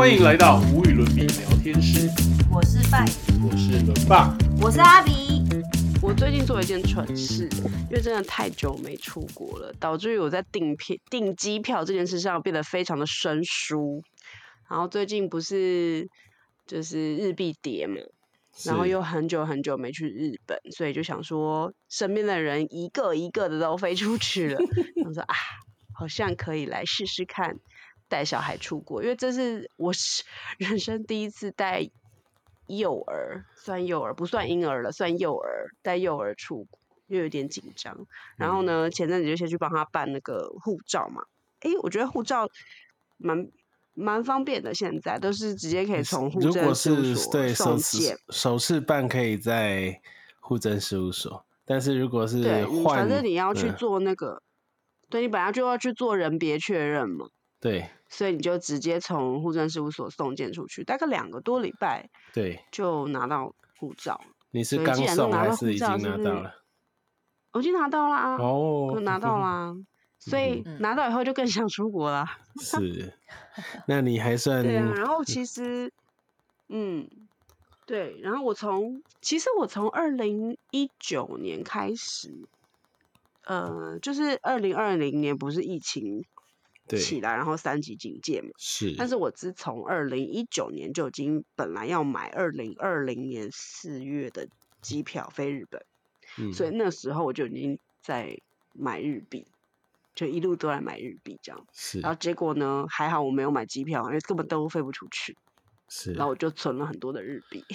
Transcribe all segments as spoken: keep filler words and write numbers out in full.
欢迎来到无与伦比聊天室， 我是拜， 我是伦爸， 我是阿比。 我最近做了一件蠢事，因为真的太久没出国了，导致于我在订票、订机票这件事上变得非常的生疏。然后最近不是就是日币跌嘛，然后又很久很久没去日本，所以就想说身边的人一个一个的都飞出去了，想说啊，好像可以来试试看带小孩出国，因为这是我人生第一次带幼儿，算幼儿不算婴儿了，算幼儿带幼儿出国，又有点紧张。然后呢，前阵子就先去帮他办那个护照嘛，哎，我觉得护照蛮。蛮方便的，现在都是直接可以从户政事务所送件。 首次办可以在户政事务所，但是如果是换， 反正你要去做那个，嗯、对你本来就要去做人别确认嘛。 对， 所以你就直接从户政事务所送件出去，大概两个多礼拜， 对， 就拿到护照。 你是刚送还是已经拿到了？ 我已经拿到啦， 哦， 我拿到啦。所以拿到以后就更想出国啦。 是，那你还算对啊。然后其实，嗯，对，然后我从其实我从二零一九年开始，呃，就是二零二零年不是疫情起来，然后三级警戒嘛， 是。 但是我自从二零一九年就已经本来要买二零二零年四月的机票飞日本，嗯、所以那时候我就已经在买日币。就一路都在买日币这样，然后结果呢，还好我没有买机票，因为根本都飞不出去。 是， 然后我就存了很多的日币，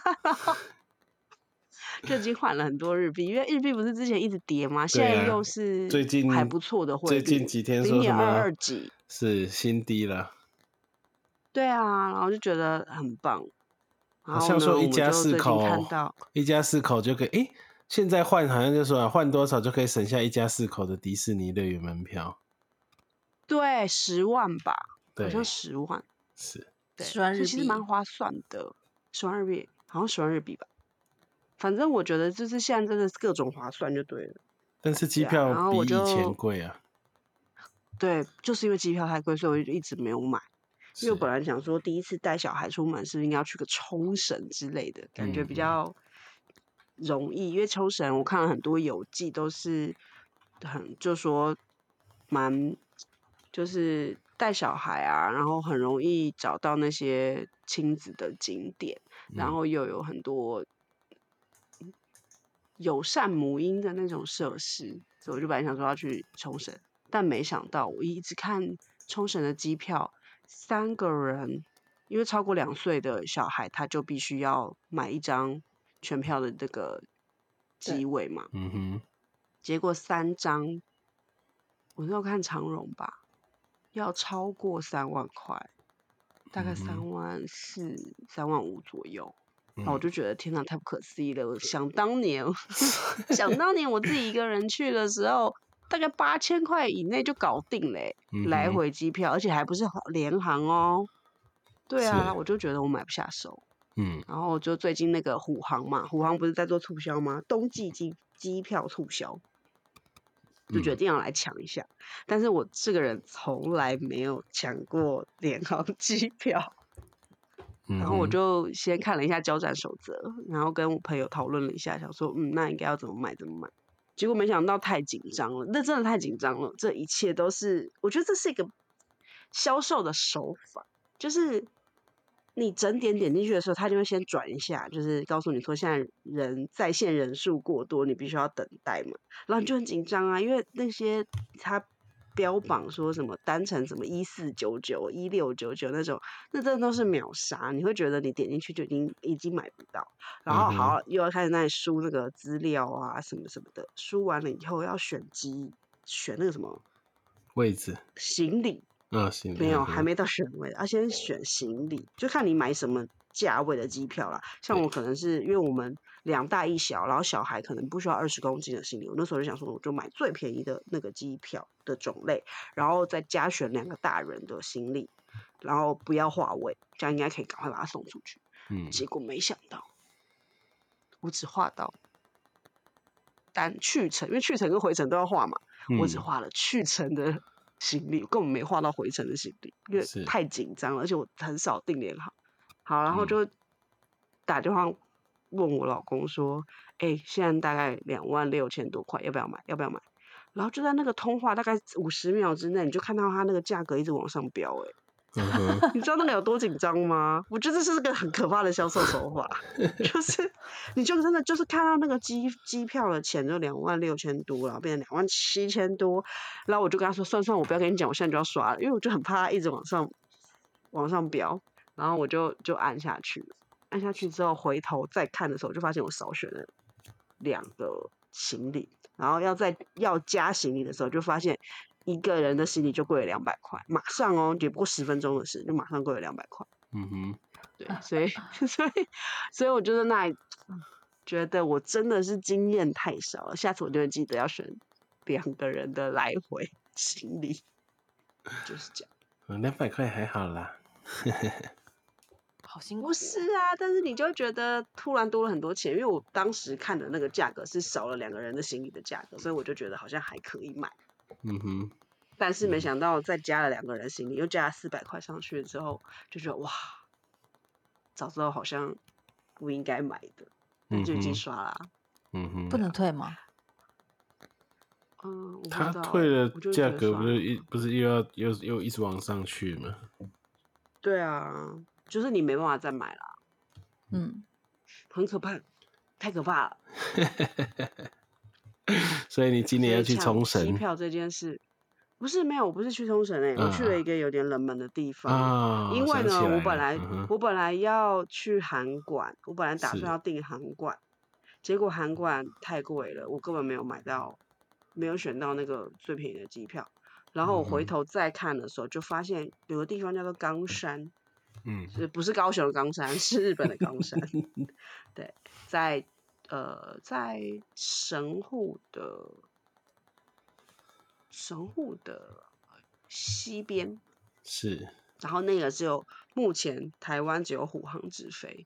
就已经换了很多日币，因为日币不是之前一直跌吗？现在又是最近还不错的汇率， 最近几天说什么二二几是新低了。 对啊，然后就觉得很棒。 好像说一家四口，一家四口就可以，诶现在换好像就说换多少就可以省下一家四口的迪士尼乐园门票。 对，十万吧，好像十万， 是十万日币， 其实蛮划算的，十万日币，好像十万日币吧。反正我觉得就是现在真的是各种划算就对了。 但是机票比以前贵啊。 对，就是因为机票太贵，所以我就一直没有买。因为我本来想说第一次带小孩出门是不是应该要去个冲绳之类的，感觉比较。容易，因为冲绳我看了很多游记，都是很就说蛮就是带小孩啊，然后很容易找到那些亲子的景点，然后又有很多友善母婴的那种设施，所以我就本来想说要去冲绳，但没想到我一直看冲绳的机票，三个人因为超过两岁的小孩，他就必须要买一张。全票的这个机位嘛， 嗯哼， 结果三张，我那时候看长荣吧，要超过三万块，大概三万四、三万五左右。然后我就觉得天哪，太不可思议了！想当年，想当年我自己一个人去的时候，大概八千块以内就搞定嘞、嗯，来回机票，而且还不是联航哦。对啊，我就觉得我买不下手。嗯，然后就最近那个虎航嘛，虎航不是在做促销吗？冬季机机票促销，就决定要来抢一下。嗯、但是我这个人从来没有抢过联航机票，嗯、然后我就先看了一下交战守则，然后跟我朋友讨论了一下，想说，嗯，那应该要怎么买怎么买。结果没想到太紧张了，那真的太紧张了。这一切都是，我觉得这是一个销售的手法，就是。你整点点进去的时候，他就会先转一下，就是告诉你说现在人在线人数过多，你必须要等待嘛。然后你就很紧张啊，因为那些他标榜说什么单程什么一四九九、一六九九那种，那真的都是秒杀。你会觉得你点进去就已经已经买不到，然后好又要开始那里输那个资料啊什么什么的，输完了以后要选机，选那个什么位置行李。 啊，行李没有，还没到选位，要、啊、先选行李，就看你买什么价位的机票啦。像我可能是因为我们两大一小，然后小孩可能不需要二十公斤的行李，我那时候就想说，我就买最便宜的那个机票的种类，然后再加选两个大人的行李，然后不要划位，这样应该可以赶快把它送出去。嗯，结果没想到，我只划到单去程，因为去程跟回程都要划嘛，嗯、我只划了去程的行李，根本没画到回程的行李，因为太紧张了，而且我很少订联航。好，然后就打电话问我老公说：“哎、欸，现在大概两万六千多块，要不要买？要不要买？”然后就在那个通话大概五十秒之内，你就看到他那个价格一直往上飙、欸，哎，你知道那个有多紧张吗？我觉得这是个很可怕的销售手法，就是你就真的就是看到那个机机票的钱就两万六千多，然后变成两万七千多，然后我就跟他说：“算算，我不要跟你讲，我现在就要刷了，因为我就很怕他一直往上往上飙。”然后我就就按下去了，按下去之后回头再看的时候，就发现我少选了两个行李，然后要再要加行李的时候，就发现一个人的行李就贵了两百块，马上哦，也不过十分钟的事，就马上贵了两百块。 嗯哼， 对，所以所以所以我就在那里觉得我真的是经验太少了，下次我就会记得要选两个人的来回行李，就是这样。 两百块还好啦。 好辛苦。 不是啊，但是你就觉得突然多了很多钱，因为我当时看的那个价格是少了两个人的行李的价格，所以我就觉得好像还可以买。 嗯哼。 但是没想到再加了两个人行李，又加了四百块上去之后，就觉得哇，早知道好像不应该买的，那就已经刷了、啊。 嗯哼。 不能退吗？ 嗯， 他退了价格不是一不是又要又又一直往上去吗？ 对啊，就是你没办法再买了。 嗯， 很可怕，太可怕了。 所以你今年要去冲绳？ 机票这件事，不是没有，我不是去冲绳诶、欸，我去了一个有点冷门的地方。 啊、 因为呢，我本来、 嗯、 我本来要去函馆，我本来打算要订函馆，结果函馆太贵了，我根本没有买到，没有选到那个最便宜的机票。然后我回头再看的时候，就发现有个地方叫做冈山， 嗯， 不是高雄的冈山，是日本的冈山。对，在呃在神户的神户的西边， 是。 然后那个只有目前台湾只有虎航直飞。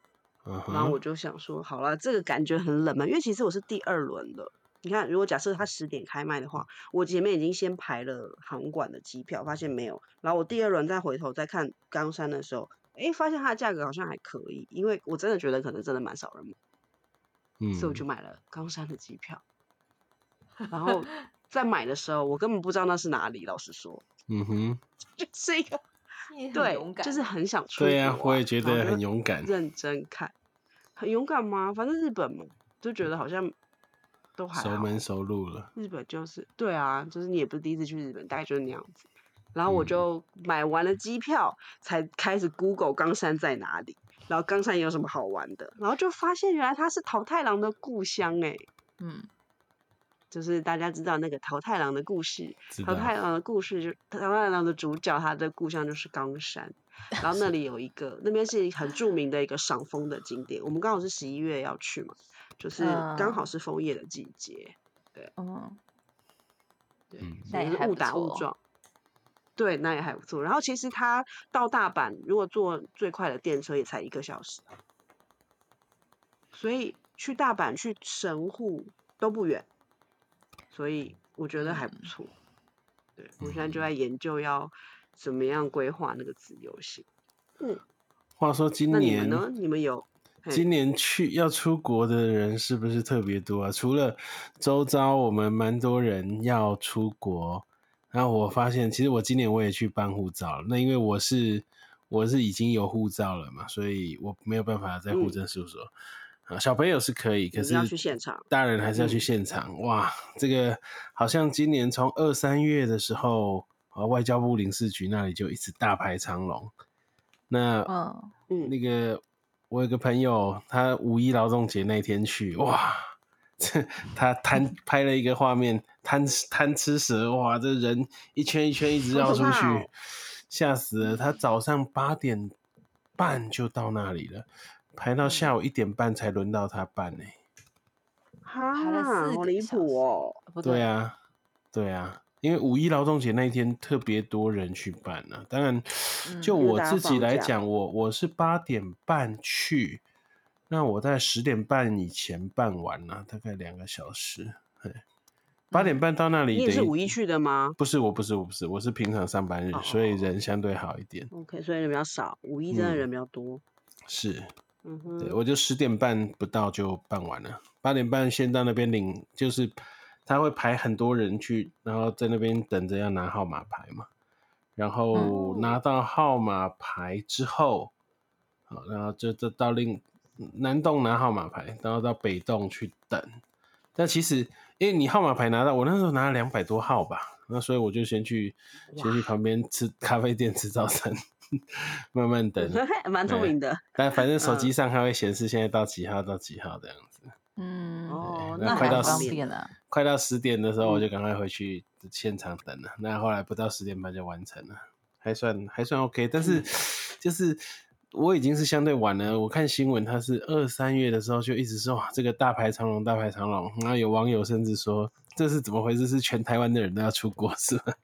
Uh huh. 然后我就想说，好了，这个感觉很冷门，因为其实我是第二轮了。你看，如果假设他十点开卖的话，我前面已经先排了航馆的机票，发现没有。然后我第二轮再回头再看冈山的时候，哎，发现它的价格好像还可以，因为我真的觉得可能真的蛮少人买，嗯，所以我就买了冈山的机票。然后在买的时候，我根本不知道那是哪里，老实说， 嗯哼， 就是一个对，就是很想出国、啊。对呀、啊，我也觉得很勇敢， 认真看，很勇敢吗？反正日本嘛，就觉得好像。都还好熟门熟路了。 日本就是对啊，就是你也不是第一次去日本，大概就是那样子。然后我就买完了机票，嗯、才开始 Google 冈山在哪里，然后冈山有什么好玩的，然后就发现原来它是桃太郎的故乡哎、欸。嗯，就是大家知道那个桃太郎的故事，桃太郎的故事就桃太郎的主角，他的故乡就是冈山。然后那里有一个，那边是很著名的一个赏枫的景点。我们刚好是十一月要去嘛。就是刚好是枫叶的季节，对，嗯，对，就是误打误撞，对，那也还不错。然后其实它到大阪，如果坐最快的电车也才一个小时，所以去大阪、去神户都不远，所以我觉得还不错。对，我现在就在研究要怎么样规划那个自由行。嗯， 话说今年， 那你们呢？你们有？ 今年去要出国的人是不是特别多啊？除了周遭我们蛮多人要出国，然后我发现其实我今年我也去办护照了。那因为我是我是已经有护照了嘛，所以我没有办法在户政事务所、嗯、小朋友是可以，可是大人还是要去现场。嗯、哇，这个好像今年从二三月的时候，外交部领事局那里就一直大排长龙。那、嗯、那个。我有个朋友，他五一劳动节那天去，哇，他摊拍了一个画面，贪贪吃蛇，哇，这人一圈一圈一直绕出去，嚇死了。他早上八點半就到那里了，排到下午一點半才輪到他辦呢、欸。 哈，好離譜哦！ 對啊，對啊。因為五一勞動節那一天特別多人去辦啊，當然就我自己來講，我我是八點半去，那我在十點半以前辦完了，大概兩個小時。 八点半到那里。 你也是五一去的吗？ 不是，我不是，我不是，我是平常上班日， oh, 所以人相对好一点。 OK， 所以人比较少，五一真的人比较多。嗯、 是， 嗯哼， 对，我就十点半不到就办完了，八点半先到那边领，就是他会排很多人去，然后在那边等着要拿号码牌嘛。然后拿到号码牌之后，好，然后就就到另南栋拿号码牌，然后到北栋去等。但其实因为你号码牌拿到，我那时候拿了两百多号吧，那所以我就先去先去旁边吃咖啡店吃早餐，慢慢等， 蛮聪明的。 但反正手机上它会显示现在到几号到几号这样子。 嗯， 哦， 那快到方便啊！ 快到十点的时候，我就赶快回去现场等了。嗯、那后来不到十点半就完成了，还算还算 OK。但是就是我已经是相对晚了。我看新闻，它是二三月的时候就一直说这个大排长龙，大排长龙。然后有网友甚至说这是怎么回事？是全台湾的人都要出国是吗？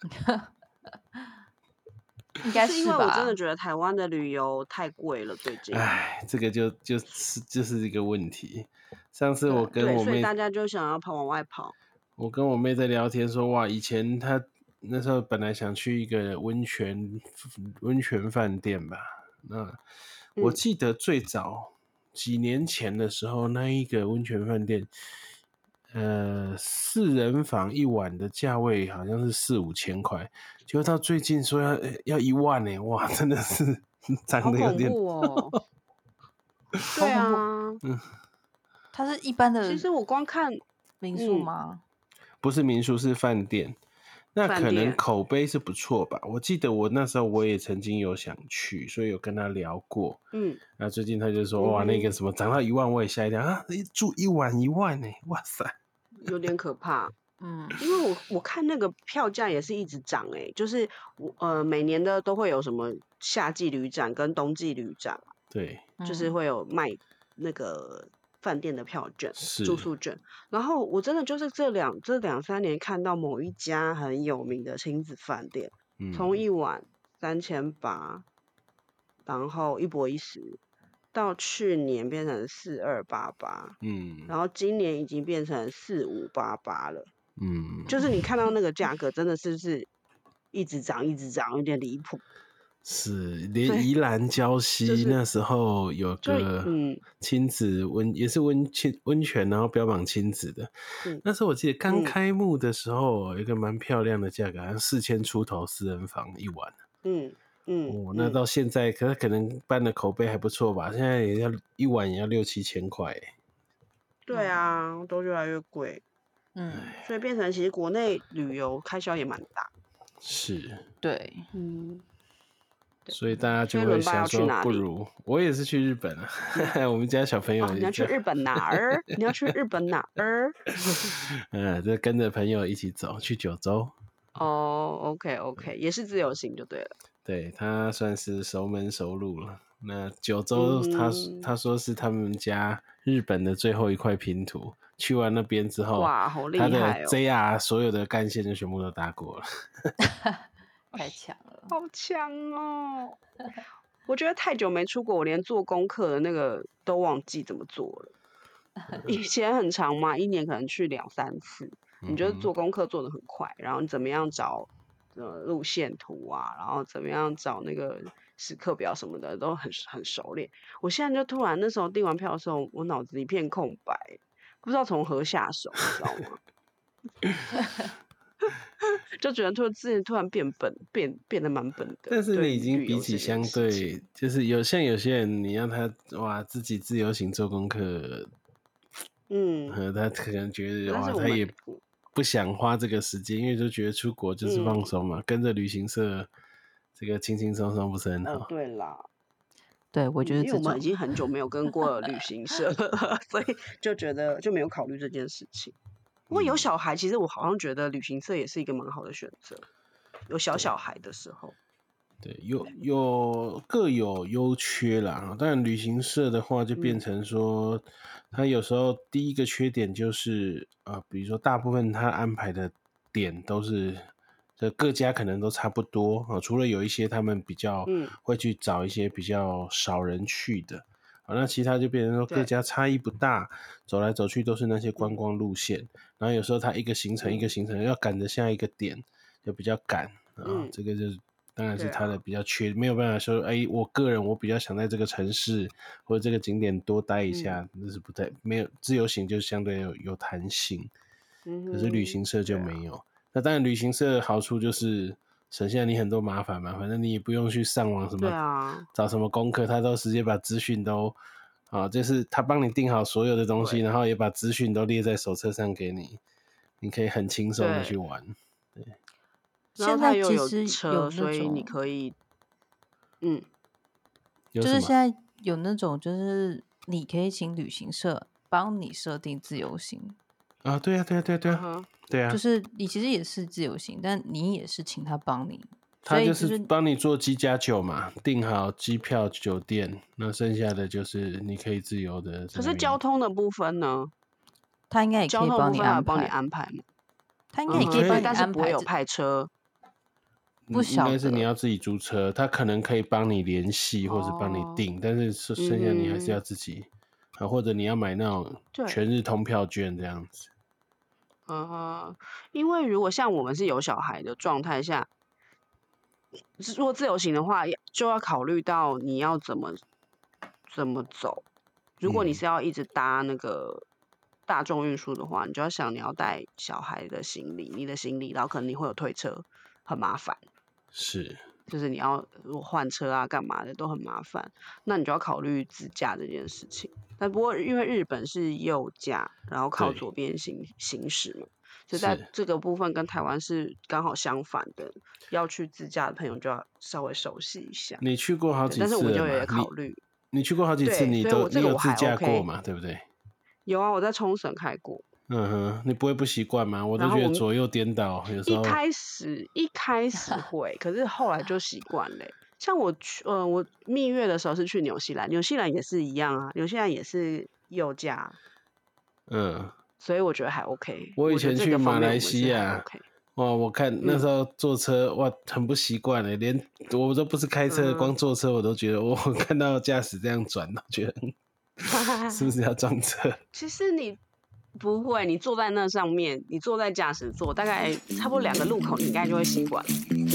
应该是吧？ 是因为我真的觉得台湾的旅游太贵了，最近。 哎，这个就就是就是一个问题。上次我跟我妹， 所以大家就想要跑往外跑。 我跟我妹在聊天说，哇，以前她那时候本来想去一个温泉温泉饭店吧。那我记得最早几年前的时候，那一个温泉饭店，呃，四人房一晚的价位好像是四五千块，结果到最近说要要一万呢，哇，真的是涨得有点。 好恐怖哦！对啊， 嗯，它是一般的。 其实我光看民宿吗？ 嗯、 不是民宿，是饭店。那可能口碑是不错吧。我记得我那时候我也曾经有想去，所以有跟他聊过。嗯，然后最近他就说，哇，那个什么涨到一万，我也吓一跳啊！住一晚一万呢，哇塞， 有点可怕。嗯，因为我我看那个票价也是一直涨哎、欸，就是我呃每年的都会有什么夏季旅展跟冬季旅展， 对， 就是会有卖那个饭店的票券、住宿券。然后我真的就是这两这两三年看到某一家很有名的亲子饭店，从、嗯、一晚三千八，然后一博一十，到去年变成四二八八，嗯，然后今年已经变成四五八八了。嗯，就是你看到那个价格，真的是是一直涨，一直涨，有点离谱。 是，连宜兰礁溪那时候有个亲子温、嗯，也是温温泉，然后标榜亲子的。嗯、那时候我记得刚开幕的时候，有一个蛮漂亮的价格，好像四千出头，私人房一晚。嗯嗯，哦，那到现在，可是可能办的口碑还不错吧？现在也要一晚也要六七千块。 对啊，都越来越贵。嗯，所以变成其实国内旅游开销也蛮大。 是， 对， 嗯， 所以大家就会想说，不如我也是去日本啊。我们家小朋友、 哦，你要去日本哪儿？你要去日本哪儿？ 嗯，就跟着朋友一起走去九州。 哦 ，OK OK， 也是自由行就对了。 对，他算是熟门熟路了。那九州他、嗯、他说是他们家日本的最后一块拼图。去完那边之后， 哇，好厉害哦！ 他的 J R 所有的干线就全部都搭过了， 太强了， 好强哦！我觉得太久没出国，我连做功课的那个都忘记怎么做了。以前很长嘛，一年可能去两三次，你觉得做功课做得很快，然后你怎么样找呃路线图啊，然后怎么样找那个时刻表什么的都很很熟练。我现在就突然那时候订完票的时候，我脑子一片空白。不知道从何下手，你知道吗？就觉得突然自己突然变笨，变变得蛮笨的。 但是你已经比起相对，就是有像有些人，你让他哇自己自由行做功课，嗯，他可能觉得哇他也不想花这个时间，因为就觉得出国就是放松嘛，嗯、跟着旅行社这个轻轻松松不是很好？ 哦、对啦。 对，我觉得、嗯、 因为我们已经很久没有跟过旅行社了，所以就觉得就没有考虑这件事情。不过有小孩，其实我好像觉得旅行社也是一个蛮好的选择。有小小孩的时候， 对，有有各有优缺啦。当然，旅行社的话就变成说，嗯、它有时候第一个缺点就是啊、呃，比如说大部分它安排的点都是。各家可能都差不多、哦、除了有一些他们比较会去找一些比较少人去的、 好，那其他就变成说各对家差异不大，走来走去都是那些观光路线，然后有时候它一个行程嗯一个行程要赶着下一个点，就比较赶啊、 嗯这个就是当然是对它的啊比较缺，没有办法说，哎，我个人我比较想在这个城市或者这个景点多待一下，那、是不太没有自由行就相对有有弹性， 嗯可是旅哼行社就对啊没有。那当然，旅行社的好处就是省下你很多麻烦嘛，反正你也不用去上网什对么啊， 找什么功课，他都直接把资讯都啊，就是他帮你定好所有的东西， 对然后也把资讯都列在手册上给你，你可以很轻松的去对， 玩。 然后现它又有在其实有车， 那所以你种， 可以，嗯， 有什么？ 就是现在有那种，就是你可以请旅行社帮你设定自由行， 啊，对啊，对啊，对啊，对啊， 嗯哼， 对啊， 就是你其实也是自由行，但你也是请他帮你，所他就以就是是帮你做机加酒嘛，订好机票、酒店，那剩下的就是你可以自由的在可是那边。 交通的部分呢？ 他应该也可交通的部以帮你安分还有帮你排， 安排吗？ 他应该嗯哼， 也可以帮你所以但是安排，只不会有派车不嗯，应该是你晓得要自己租车，他可能可以帮你联系或是帮你哦。 订，但是剩剩下你还是要自己啊，或者你要买那种对， 全日通票券这样子。 嗯哼，因为如果像我们是有小孩的状态下，如果自由行的话，就要考虑到你要怎么怎么走。如果你嗯， 是要一直搭那个大众运输的话，你就要想你要带小孩的行李，你的行李，然后可能你会有推车，很麻烦。 是就是你要如果换车啊干嘛的都很麻烦，那你就要考虑自驾这件事情。但不过因为日本是右驾，然后靠对， 左边行行驶嘛，所以在是这个部分跟台湾是刚好相反的，要去自驾的朋友就要稍微熟悉一下。 你去过好对， 几但是我次了嘛？ 们就也考你虑， 你去过好几次， 对， 你所以都你有自我这个我还驾过 OK。 嘛？对不对？ 有啊，我在冲绳开过， 嗯哼，你不会不习惯吗？我都然后我们觉得左右颠倒，有时候一开始一开始会，可是后来就习惯了欸。像我去，呃，我蜜月的时候是去纽西兰，纽西兰也是一样啊，纽西兰也是右驾， 嗯， 所以我觉得还 OK。 我以我觉得前去这个方马来面我们是还西亚， OK。 哇，我看那时嗯候坐车，哇，很不习惯嘞，连我都不是开车， 嗯哼， 光坐车我都觉得，我看到驾驶这样转，都觉得是不是要撞车？ 其实你不会，你坐在那上面，你坐在驾驶座，大概差不多两个路口，你应该就会习惯了。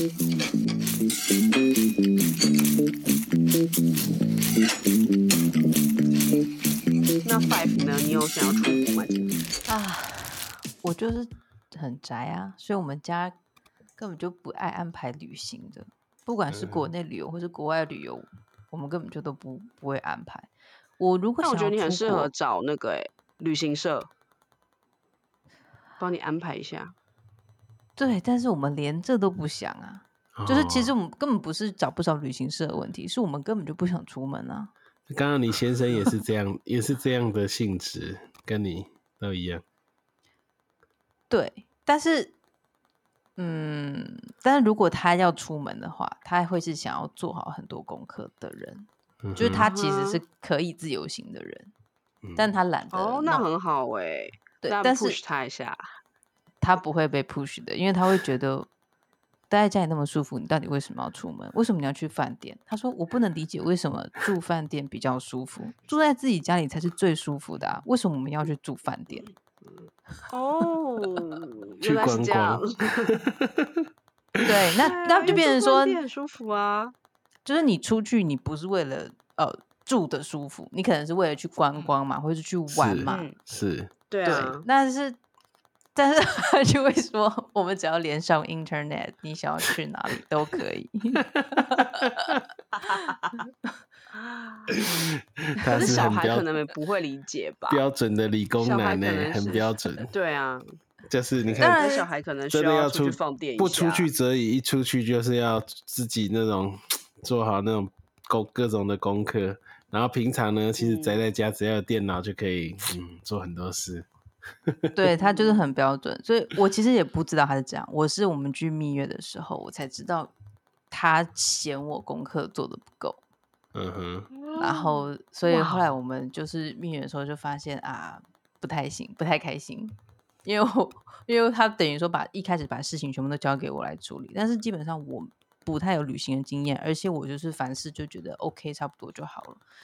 那 Five 呢？你有想要出国吗？今年啊，我就是很宅啊，所以我们家根本就不爱安排旅行的，不管是国内旅游或是国外旅游，我们根本就都不不会安排。我如果那我觉得你很想要出国， 适合找那个诶、旅行社帮你安排一下。 对，但是我们连这都不想啊。就是其实哦， 我们根本不是找不找旅行社的问题，是我们根本就不想出门啊。 刚刚你先生也是这样，也是这样的性质，跟你都一样。 对，但是，嗯，但是如果他要出门的话，他会是想要做好很多功课的人， 嗯哼， 就是他嗯其实是哼， 可以自由行的人， 嗯但他懒哦， 得弄。 那很好诶、 对， 那但 push 是他一下。 他不会被 push 的，因为他会觉得待在家里那么舒服，你到底为什么要出门？为什么你要去饭店？他说我不能理解为什么住饭店比较舒服，住在自己家里才是最舒服的啊！为什么我们要去住饭店？ 哦， 去原来是观这样。 光， 对，那对啊， 那就因为住饭变成说， 店很舒服啊。 就是你出去，你不是为了呃住的舒服，你可能是为了去观光嘛，或者是去玩是嘛。 嗯， 是， 对， 对啊， 但是但是他就会说，我们只要连上 Internet，你想要去哪里都可以。 他可是小是很标孩可能也不会理解吧？ 标准的理工小孩男呢，很可能是标准。 对啊， 就是你当看， 那小然， 孩可能需真的要出去出放电一不出下。 去则已，一出去就是要自己那种做好那种功各种的功课，然后平常呢，其实宅嗯在家只要有电脑就可以嗯做很多事。 对他就是嗯很标准，所以我其实也不知道他是这样。我是我们去蜜月的时候，我才知道他嫌我功课做的不够。 嗯哼， 然后，所以哇后来我们就是蜜月的时候就发现啊，不太行，不太开心，因为我因为他等于说把一开始把事情全部都交给我来处理，但是基本上我不太有旅行的经验，而且我就是凡事就觉得 OK 差不多就好了，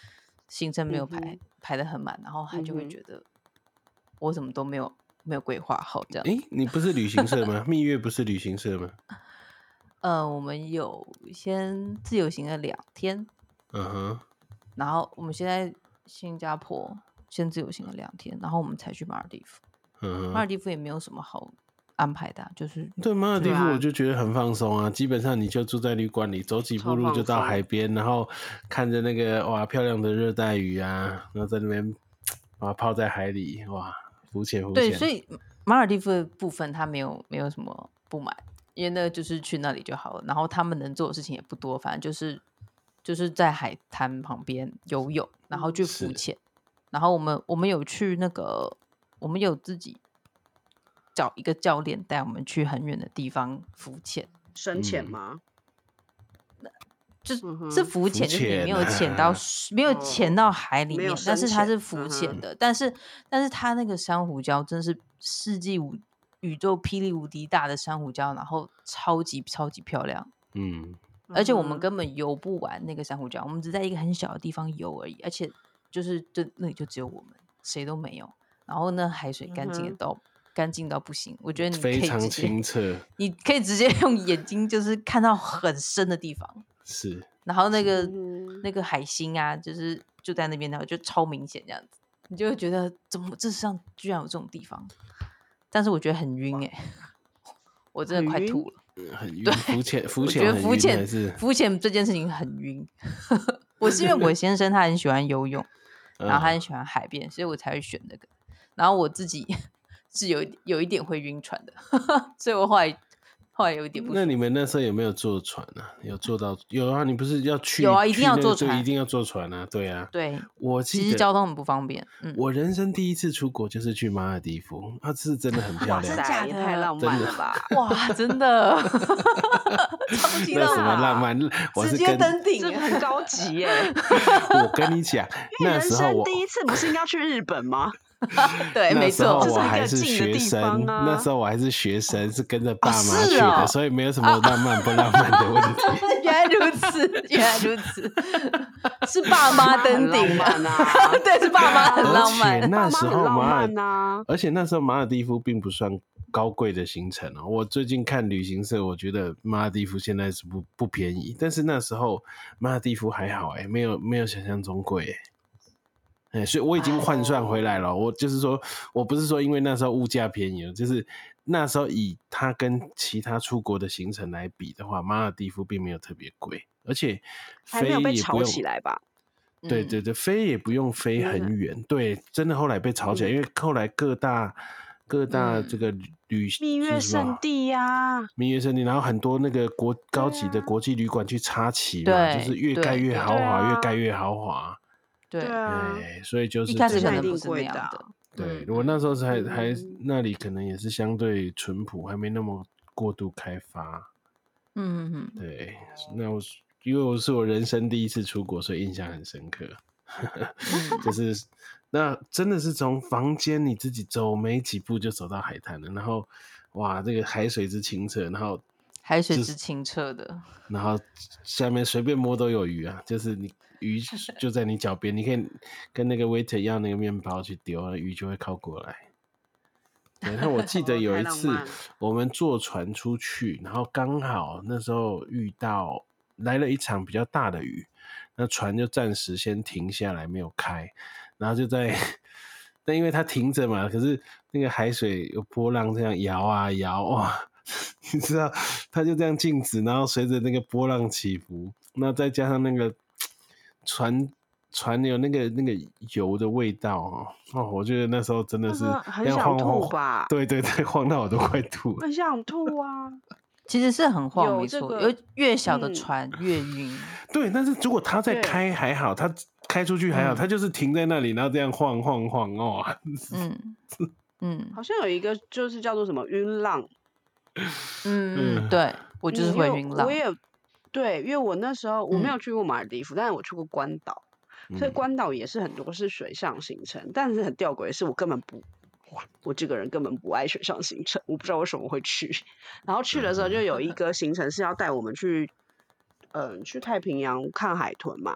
行程没有排、 嗯、 排得很满，然后他就会嗯、 觉得我怎么都没有没有规划好这样。 哎，你不是旅行社吗？蜜月不是旅行社吗？ 呃，我们有先自由行了两天， 嗯哼， 然后我们现在新加坡先自由行了两天，然后我们才去马尔地夫。 嗯哼， 马尔地夫也没有什么好安排的、啊，就是对马尔地夫啊我就觉得很放松啊，基本上你就住在旅馆里，走几步路就到海边，然后看着那个哇漂亮的热带鱼啊，然后在那边哇泡在海里，哇浮潜浮潜。 对，所以马尔地夫的部分他没有没有什么不满，因为那就是去那里就好了，然后他们能做的事情也不多，反正就是就是在海滩旁边游泳，然后去浮潜，然后我们我们有去那个我们有自己找一个教练带我们去很远的地方浮潜。 深潜吗？ 嗯、就嗯、 是浮潜，就是你没有潜到、啊、没有潜到海里面， 哦、 但是它是浮潜的， 嗯、 但是但是它那个珊瑚礁真是世纪无宇宙霹雳无敌大的珊瑚礁，然后超级超级漂亮， 嗯， 而且我们根本游不完那个珊瑚礁，我们只在一个很小的地方游而已，而且就是就那里就只有我们，谁都没有，然后呢海水干净的到、嗯、干净到不行，我觉得你可以直接非常清澈， 你可以直接用眼睛就是看到很深的地方， 是， 然后那个那个海星啊，就是就在那边，然后就超明显这样子，你就会觉得怎么这世上居然有这种地方，但是我觉得很晕哎、欸，我真的快吐了。 很晕，浮潜浮潜， 我觉得浮潜浮潜这件事情很晕。我是因为我先生他很喜欢游泳，然后他很喜欢海边，所以我才会选那个。然后我自己是有有一点会晕船的，所以我后来后来有一点不舒服。 那你们那时候有没有坐船啊？有坐到有啊？你不是要去？ 有啊，一定要坐船， 那个、一定要坐船啊！对啊， 对， 我记得其实交通很不方便。嗯， 我人生第一次出国就是去马尔地夫，它、啊、是真的很漂亮， 哇塞，也太浪漫了吧！ 哇，真的，超级浪漫， 那什么浪漫？我是直接登顶， 这很高级耶！ 我跟你讲，那时候我第一次不是应该要去日本吗？ 对，没错， 我还是学生， 啊、 那时候我还是学生，是跟着爸妈去的， 哦、所以没有什么浪漫不浪漫的问题。 原来如此，原来如此，是爸妈登顶啊！ 对，是爸妈很浪漫。 而且那时候马尔， 啊、 而且那时候马尔地夫并不算高贵的行程哦。我最近看旅行社，我觉得马尔地夫现在是不不便宜，但是那时候马尔地夫还好哎，没有没有想象中贵哎。欸、所以我已经换算回来了、哦，我就是说我不是说因为那时候物价便宜了，就是那时候以它跟其他出国的行程来比的话，马尔地夫并没有特别贵，而且飞也不用，还没有被炒起来吧？ 对对对，飞也不用飞很远、嗯，对，真的后来被炒起来，嗯、因为后来各大各大这个旅蜜月圣地呀、啊， 蜜月圣地，然后很多那个国高级的国际旅馆去插旗嘛，就是越盖越豪华， 啊、 越盖越豪华。 对啊， 所以就是一开始可能不是那样的。 对，我那时候还、嗯、还那里可能也是相对淳朴，还没那么过度开发。 嗯嗯对，那我因为我是我人生第一次出国，所以印象很深刻。就是那真的是从房间你自己走没几步就走到海滩了，然后哇，这个海水之清澈，然后海水之清澈的， 然后下面随便摸都有鱼啊，就是你。鱼就在你脚边，你可以跟那个 waiter 要那个面包去丢，鱼就会靠过来。对，那我记得有一次我们坐船出去，然后刚好那时候遇到来了一场比较大的雨，那船就暂时先停下来没有开，然后就在，但因为它停着嘛，可是那个海水有波浪这样摇啊摇，哇，你知道，它就这样静止，然后随着那个波浪起伏，那再加上那个。船船有那个那个油的味道哦，哦，我觉得那时候真的是很想吐吧？ 对对对，晃到我都快吐了。 很想吐啊！ 其实是很晃，没错，有越小的嗯船越晕。 对，但是如果他在开还好，他开出去还好，他就是停在那里，然后这样晃晃晃哦。 嗯嗯， 好像有一个就是叫做什么晕浪。 嗯，对我就是会晕浪。 我也有。对，因为我那时候我没有去过马尔地夫，嗯、但是我去过关岛，所以关岛也是很多是水上行程，但是很吊诡的是我根本不，我这个人根本不爱水上行程，我不知道为什么会去。然后去的时候就有一个行程是要带我们去，嗯、呃，去太平洋看海豚嘛，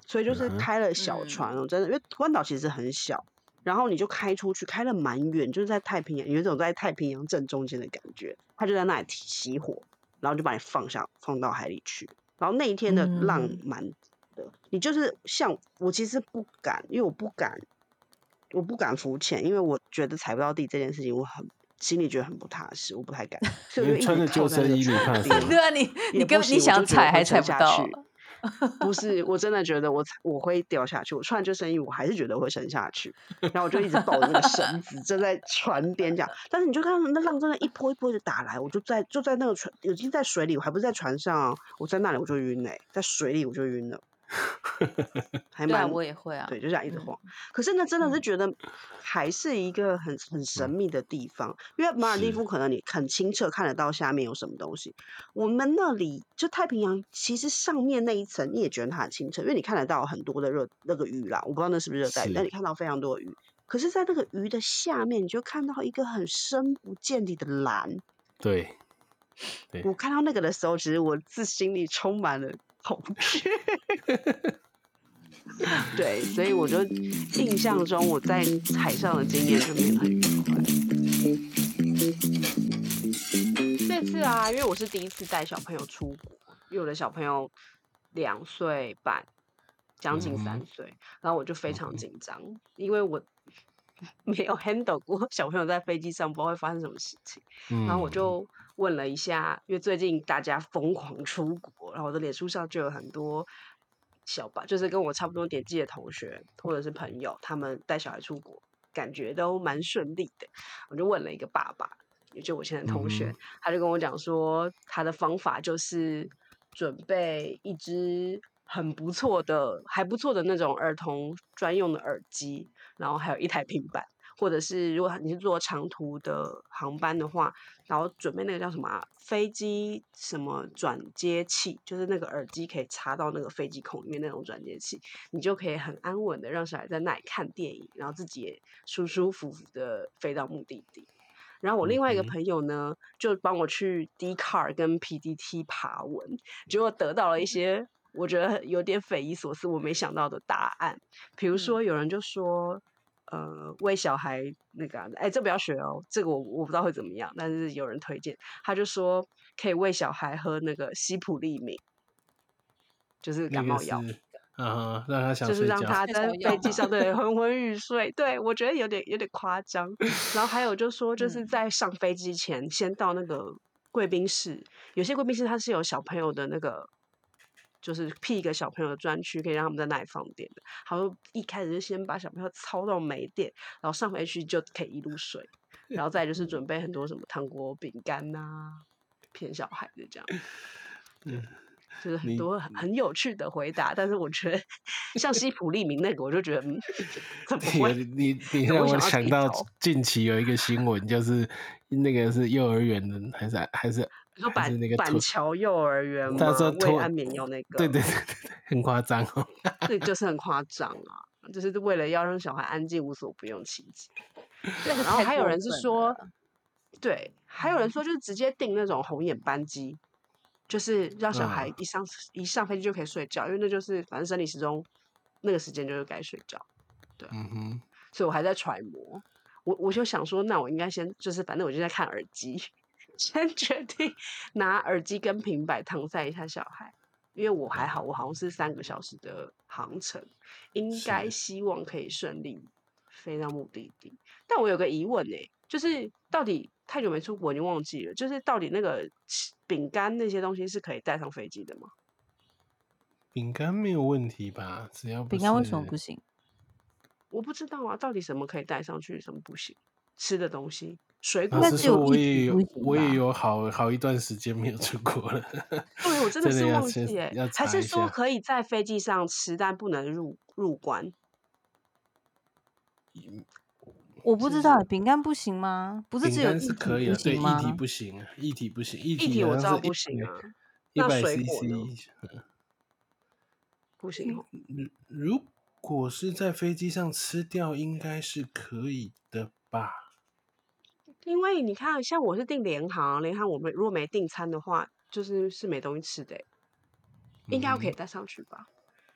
所以就是开了小船哦，真的，因为关岛其实很小，然后你就开出去，开了蛮远，就是在太平洋，有一种在太平洋正中间的感觉。它就在那里熄火，然后就把你放下，放到海里去。然后那一天的浪蛮的，你就是像我其实不敢，因为我不敢，我不敢浮潜，因为我觉得踩不到地这件事情，我很心里觉得很不踏实，我不太敢，所以我就一穿着直靠在那个救生衣，你船怕什么？ 边。 对啊，你你根本也不行， 你想我就觉得踩还踩会沉下不到。 去。不是，我真的觉得我我会掉下去。我穿救生衣，我还是觉得会沉下去。然后我就一直抱着那个绳子，站在船边这样。但是你就看到那浪真的一波一波的打来，我就在就在那个船，已经在水里，我还不是在船上啊，我在那里我就晕嘞、欸，在水里我就晕了。还对啊， 蛮我也会啊。 对，就这样一直嗯晃。可是呢，真的是嗯觉得还是一个很很神秘的地方，因为马尔地夫可能你很清澈看得到下面有什么东西，我们那里就太平洋，其实上面那一层你也觉得它很清澈，因为你看得到很多的热那个鱼啦，我不知道那是不是热带鱼，但是你看到非常多的鱼。可是，在那个鱼的下面，你就看到一个很深不见底的蓝。 对，对， 我看到那个的时候，其实我自心里充满了恐惧。对，所以我就印象中我在海上的经验就没有很愉快。这次啊，因为我是第一次带小朋友出国，因为我的小朋友两岁半，将近三岁，嗯、然后我就非常紧张，嗯、因为我没有 handle 过小朋友在飞机上不知道会发生什么事情，嗯、然后我就问了一下，因为最近大家疯狂出国，然后我的脸书上就有很多小爸，就是跟我差不多年纪的同学或者是朋友，他们带小孩出国，感觉都蛮顺利的。我就问了一个爸爸，也就我现在的同学，嗯、他就跟我讲说，他的方法就是准备一支很不错的、还不错的那种儿童专用的耳机，然后还有一台平板。或者是如果你是坐长途的航班的话，然后准备那个叫什么、啊、飞机什么转接器，就是那个耳机可以插到那个飞机孔里面那种转接器，你就可以很安稳的让小孩在那里看电影，然后自己也舒舒服服的飞到目的地。然后我另外一个朋友呢，就帮我去 Dcard 跟 P D T 爬文，结果得到了一些我觉得有点匪夷所思、我没想到的答案。比如说，有人就说。呃，喂小孩那个、啊，哎，这不要学哦，这个我我不知道会怎么样，但是有人推荐，他就说可以喂小孩喝那个西普利敏，就是感冒药， 啊，让他想睡觉， 就是让他在飞机上对昏昏欲睡。对，我觉得有点有点夸张。然后还有就说，就是在上飞机前，先到那个贵宾室，有些贵宾室它是有小朋友的那个。就是辟一个小朋友的专区，可以让他们在那里放电的。他说一开始就先把小朋友操到没电，然后上回去就可以一路睡，然后再就是准备很多什么糖果、饼干呐，骗小孩的这样。对，就是很多很很有趣的回答，但是我觉得像西普利明那个，我就觉得嗯，怎么会？ 你你你让我想到近期有一个新闻，就是那个是幼儿园的，还是还是。 你说板板桥幼儿园吗？ 他说喂安眠药那个， 对对对对，很夸张哦。 对，就是很夸张啊，就是为了要让小孩安静，无所不用其极。然后还有人是说，对，还有人说就是直接订那种红眼班机，就是让小孩一上、嗯、一上飞机就可以睡觉，因为那就是反正生理时钟那个时间就是该睡觉。对， 嗯哼， 所以我还在揣摩，我我就想说，那我应该先就是反正我就在看耳机。先决定拿耳机跟平板搪塞一下小孩，因为我还好，我好像是三个小时的航程，应该希望可以顺利飞到目的地。但我有个疑问呢、欸，就是到底太久没出国，已经忘记了，就是到底那个饼干那些东西是可以带上飞机的吗？ 饼干没有问题吧？只要饼干为什么不行？ 我不知道啊，到底什么可以带上去，什么不行？吃的东西。水果， 老实说，我也有，我也有好好一段时间没有出国了。 对，我真的是忘记耶，还是说下可以在飞机上吃，但不能入入关？ 我不知道，饼干不行吗？不是只有液体可以不行吗？ 对，液体不行，液体不行，液体我知道不行啊。那水果呢？不行哦。 如果是在飞机上吃掉，应该是可以的吧？ 因为你看，像我是订联航，联航我们如果没订餐的话，就是是没东西吃的，应该可以带上去吧？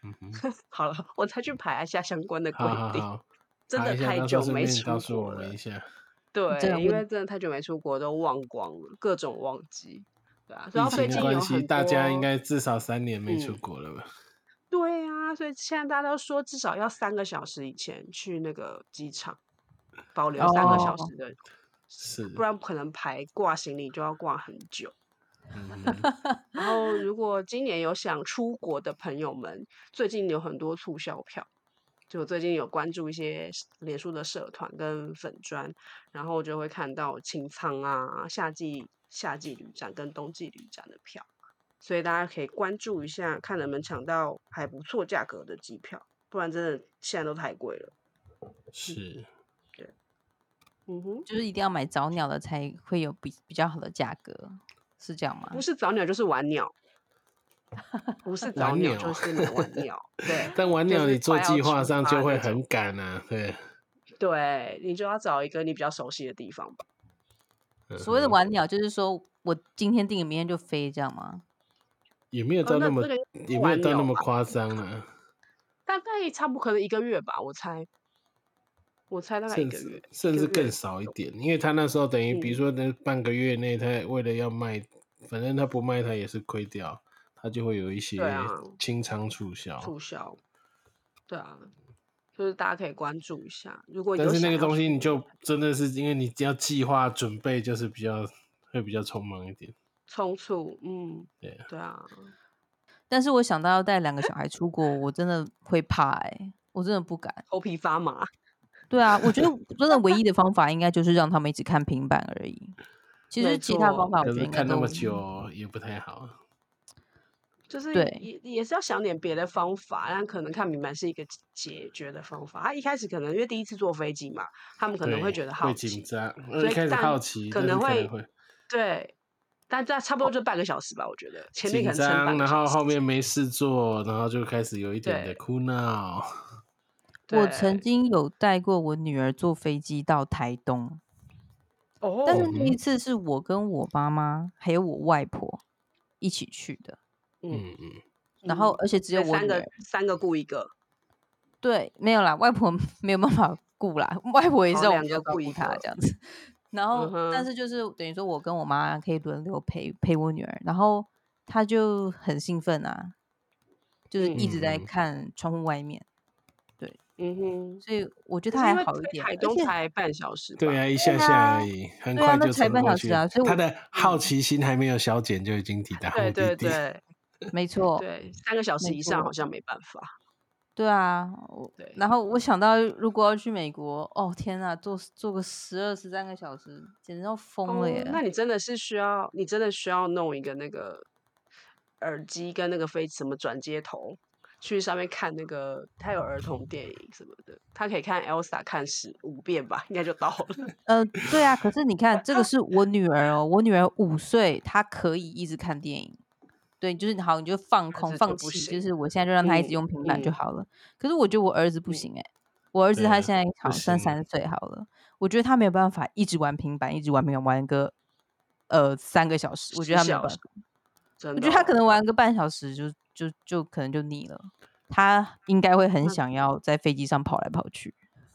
嗯哼， 好了，我再去排一下相关的规定。 好好好， 真的查一下， 太久到时候顺没出便告诉我国了， 们一下。 对，因真的问为真的太久没出国，都忘光了，各种忘记。对啊，然疫后最情的关系， 近有很大家应多， 该至少三年没出嗯， 国了吧？ 对啊，所以现在大家都说至少要三个小时以前去那个机场，保留三个小哦， 时的， 是， 不然可能排挂行李就要挂很久。 嗯哼， 然后，如果今年有想出国的朋友们，最近有很多促销票。就我最近有关注一些脸书的社团跟粉专，然后就会看到清仓啊、夏季夏季旅展跟冬季旅展的票，所以大家可以关注一下，看能不能抢到还不错价格的机票，不然真的现在都太贵了。 是， 对，嗯哼， 就是一定要买早鸟的才会有比比较好的价格，是这样不吗？ 是早鸟就是晚鸟，不是早鸟晚鸟， 就是买晚鸟，对， 但晚就是鸟你做快要计划出上就会发那种。 很赶啊，对， 对，你就要找一个你比较熟悉的地方吧。 嗯所谓的哼， 晚鸟，就是说我今天订，明天就飞，这样吗？ 也没有哦， 到那么， 那那个也没有到那晚鸟吧， 么夸张啊， 大概差不多可能一个月吧，我猜，我猜大概一甚至个月，一甚至更个月左右。 少一点，因为他那时候等于，比如嗯， 说那半个月内，他为了要卖，反正他不卖，他也是亏掉，他就会有一对啊， 些清仓促销。 促销，对啊，就是大家可以关注一下，如果但是那有想要个东西你出国的就真的是因为你要计划准备，就是比较会比较匆忙一点。 冲促，嗯， 对啊， 对啊， 但是我想到要带两个小孩出国，我真的会怕哎、我真的不敢。 头皮发麻。 对啊，我觉得真的唯一的方法应该就是让他们一直看平板而已。其实没其他方错， 法我可觉得应该都是看那么久也不太好。 就是对也也是要想点别的方法，但可能看明白是一个解决的方法。他一开始可能因为第一次坐飞机嘛，他们可能会对， 觉得会好奇， 紧张，呃所一开始以但好奇， 可但是能会可能会对，但这差不多就半个小时吧，我觉得前面可紧能撑半张，然后个小时。 后面没事做，然后就开始有一点的对哭闹。 我曾对， 经有带过我女儿坐飞机到台东，但是哦， 那一次是我跟我妈妈还有我外婆一起去的， 嗯嗯嗯， 然后嗯， 而且只有对，三个我女儿。 三个雇一个， 对，没有啦，外婆没有办法顾啦，外婆也是哦， 要我两个们要照顾雇一个， 她这样子。然后，但嗯哼， 是就是等于说我跟我妈可以轮流陪陪我女儿，然后她就很兴奋啊，就是嗯一直在嗯嗯， 看窗户外面。对， 嗯哼。 所以我觉得她还可是因为飞好一点， 台东而且才半小时吧， 对啊，一对下下而啊， 已，很对啊， 快就那才冲过去了。 半小时啊，所以我他的好嗯， 奇心还没有消减，就已经抵达对目的地。 对对没错， 对，三个小时没错。 以上好像没办法， 对啊，我对。 然后我想到如果要去美国，哦天呐，坐坐个十二十三个小时，简直要疯了哦， 耶！ 那你真的是需要你真的需要弄一个那个耳机跟那个飞什么转接头，去上面看那个它有儿童电影什么的，他可以看 Elsa 看十五遍吧，应该就到了。 呃，对啊，可是你看，这个是我女儿哦，我女儿五岁，她可以一直看电影。对，就是好，你就放空、 儿子就放弃，就不行， 是我现在就让她一直嗯用平板就嗯好了。可是我觉得我儿子不嗯， 行诶、我儿子对啊， 他现在不好像行， 三岁好了，我觉得他没有办法一直玩平板，一直玩平板玩个呃三个小时，我觉得他没有十小时， 办法。我觉得他可真的哦， 能玩个半小时就就就可能就腻了，他应该会很那想要在飞机上跑来跑去。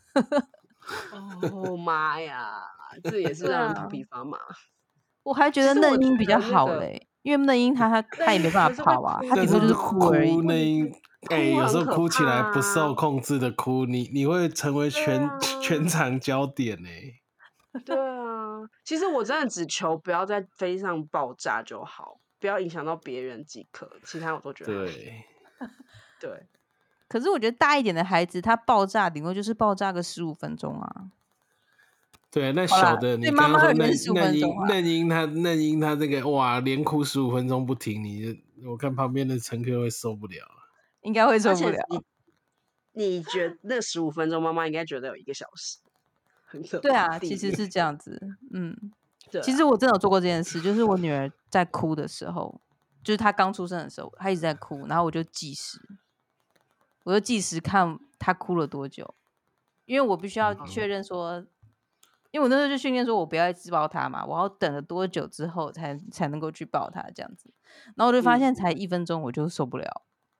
哦妈呀，这也是对啊， 让人头皮发麻。 我还觉得其实我觉嫩英比较得那个好嘞，因为嫩英她她那也她也没办法可是会跑啊，她哭但是顶多就是哦， 哭而已。 哭那一哎、 哭有时候很可怕哭起来不啊。 受控制的哭，你你会成为对全啊， 全场焦点呢、 对啊，其实我真的只求不要在飞机上爆炸就好，不要影响到别人即可，其他我都觉得还好。 对， 对， 可是我觉得大一点的孩子，他爆炸顶多就是爆炸个十五分钟啊。 对，那好啦， 小的你对妈刚刚说嫩妈而言是十五嫩分钟啊。 英嫩英他嫩英他这个哇，连哭十五分钟不停，你就我看旁边的乘客会受不了。 应该会而受不了。 且你你觉得那十五分钟，妈妈应该觉得有一个小时，很可怕， 对啊， 地狱。 其实是这样子。嗯， 对啊， 其实我真的有做过这件事，就是我女儿在哭的时候，就是她刚出生的时候，她一直在哭，然后我就计时，我就计时看她哭了多久，因为我必须要嗯确认说，因为我那时候就训练说我不要一直抱她嘛，我要等了多久之后才才能够去抱她这样子，然后我就发嗯， 现才一分钟我就受不了，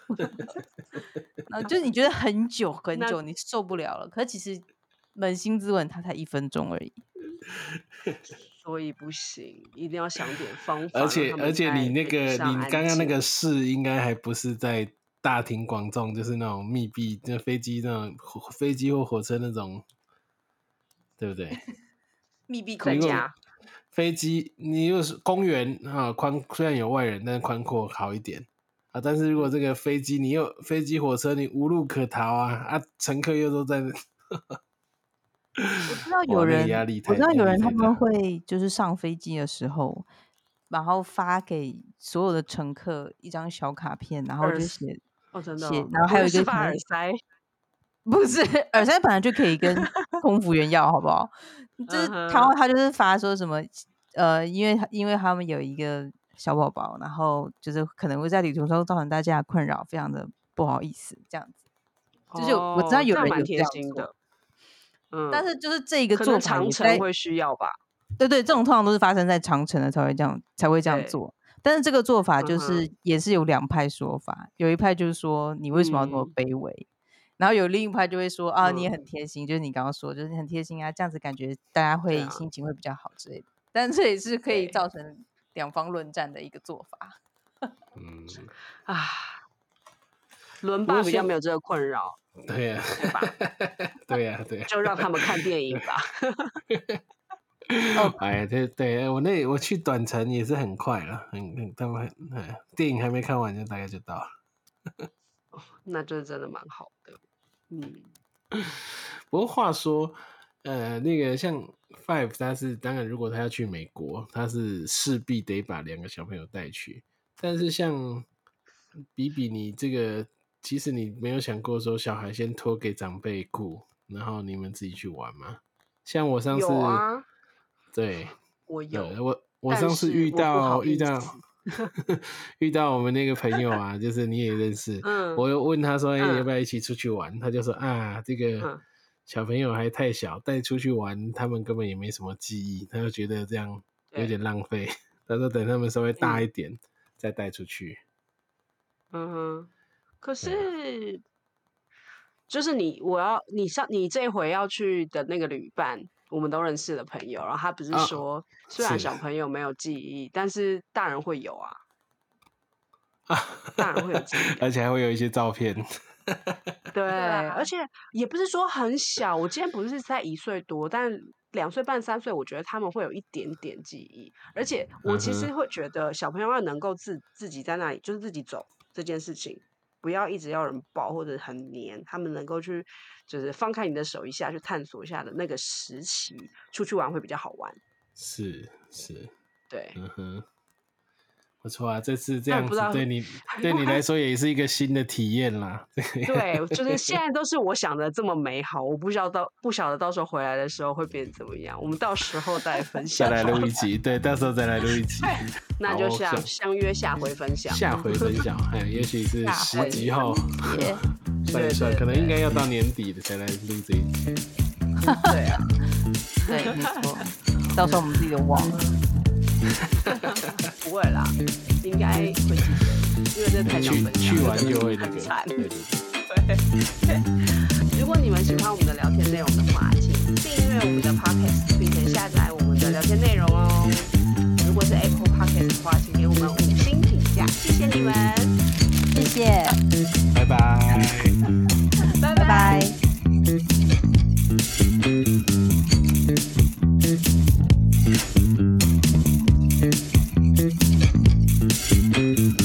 然后就是你觉得很久很那久，你受不了了，可是其实扪心自问，它才一分钟而已。 所以不行，一定要想点方法。 而且而且你那个你刚刚那个事， 事应该还不是在大庭广众，就是那种密闭，那飞机那种飞机或火车那种，对不对？ 密闭空间。 飞机你又是公园啊，宽虽然有外人，但是宽阔好一点啊。但是如果这个飞机你又飞机火车你无路可逃啊啊，乘客又都在那。 我知道有人，我知道有人他们会就是上飞机的时候，然后发给所有的乘客一张小卡片，然后就写哦真的， 写，然后还有一个发耳塞， 不是耳塞本来就可以跟空服员要，好不好？就是他他就是发说什么呃，因为因为他们有一个小宝宝，然后就是可能会在旅途中造成大家的困扰，非常的不好意思，这样子。就是我知道有人有这样做。 嗯， 但是就是这个做法， 长程会需要吧？ 对对，这种通常都是发生在长程的才会这样才会这样做。但是这个做法就是也是有两派说法，嗯、有一派就是说你为什么要这么卑微，嗯、然后有另一派就会说啊你也很贴心，嗯、就是你刚刚说就是你很贴心啊，这样子感觉大家会心情会比较好之类的。啊、但这也是可以造成两方论战的一个做法。 嗯啊，轮霸比较没有这个困扰。 对呀、啊， 对吧？ 对呀、啊，对、啊， 就让他们看电影吧。 哦， 哎，对对，我那我去短程也是很快了，很很他们很电影还没看完就大概就到了。 那这真的蛮好的，嗯。 不过话说，呃，那个像 Five， 他是当然，如果他要去美国，他是势必得把两个小朋友带去。但是像比比你这个。其实你没有想过说小孩先托给长辈顾，然后你们自己去玩吗？像我上次， 有啊， 对， 我有， 我我上次遇到遇到遇到我们那个朋友啊，就是你也认识，嗯、我又问他说，哎、欸，嗯、要不要一起出去玩？他就说啊，这个小朋友还太小，带出去玩，他们根本也没什么记忆，他就觉得这样有点浪费。他说等他们稍微大一点、嗯、再带出去。 嗯哼。可是，就是你，我要你上你这回要去的那个旅伴，我们都认识的朋友，然后他不是说，哦、虽然小朋友没有记忆，但是大人会有啊，大人会有记忆、啊， 而且还会有一些照片。 对，而且也不是说很小，我今天不是在一岁多，但两岁半、三岁，我觉得他们会有一点点记忆，而且我其实会觉得小朋友要能够自自己在那里，就是自己走这件事情。不要一直要人抱或者很黏，他们能够去就是放开你的手一下，去探索一下的那个时期，出去玩会比较好玩。 是是， 对， 嗯哼，不错啊，这次这样子对你对你来说也是一个新的体验啦。 对，就是现在都是我想的这么美好，我不知道到不晓得到时候回来的时候会变怎么样，我们到时候再分享， 再来录一集，对，到时候再来录一集。 那就下相约下回分享， 下回分享，哎，也许是十集后，算一算， 对对对可能应该要到年底的才来录这一集。 对啊， 对，没错，到时候我们自己都忘了。 不会啦，应该会记得，因为这太想分享， 去完就会那个。 对对对。如果你们喜欢我们的聊天内容的话，请订阅我们的 Podcast， 并且下载我们的聊天内容哦。如果是 Apple Podcast 的话，请给我们五星评价，谢谢你们， 谢谢， 拜拜， 拜拜拜。Thank you.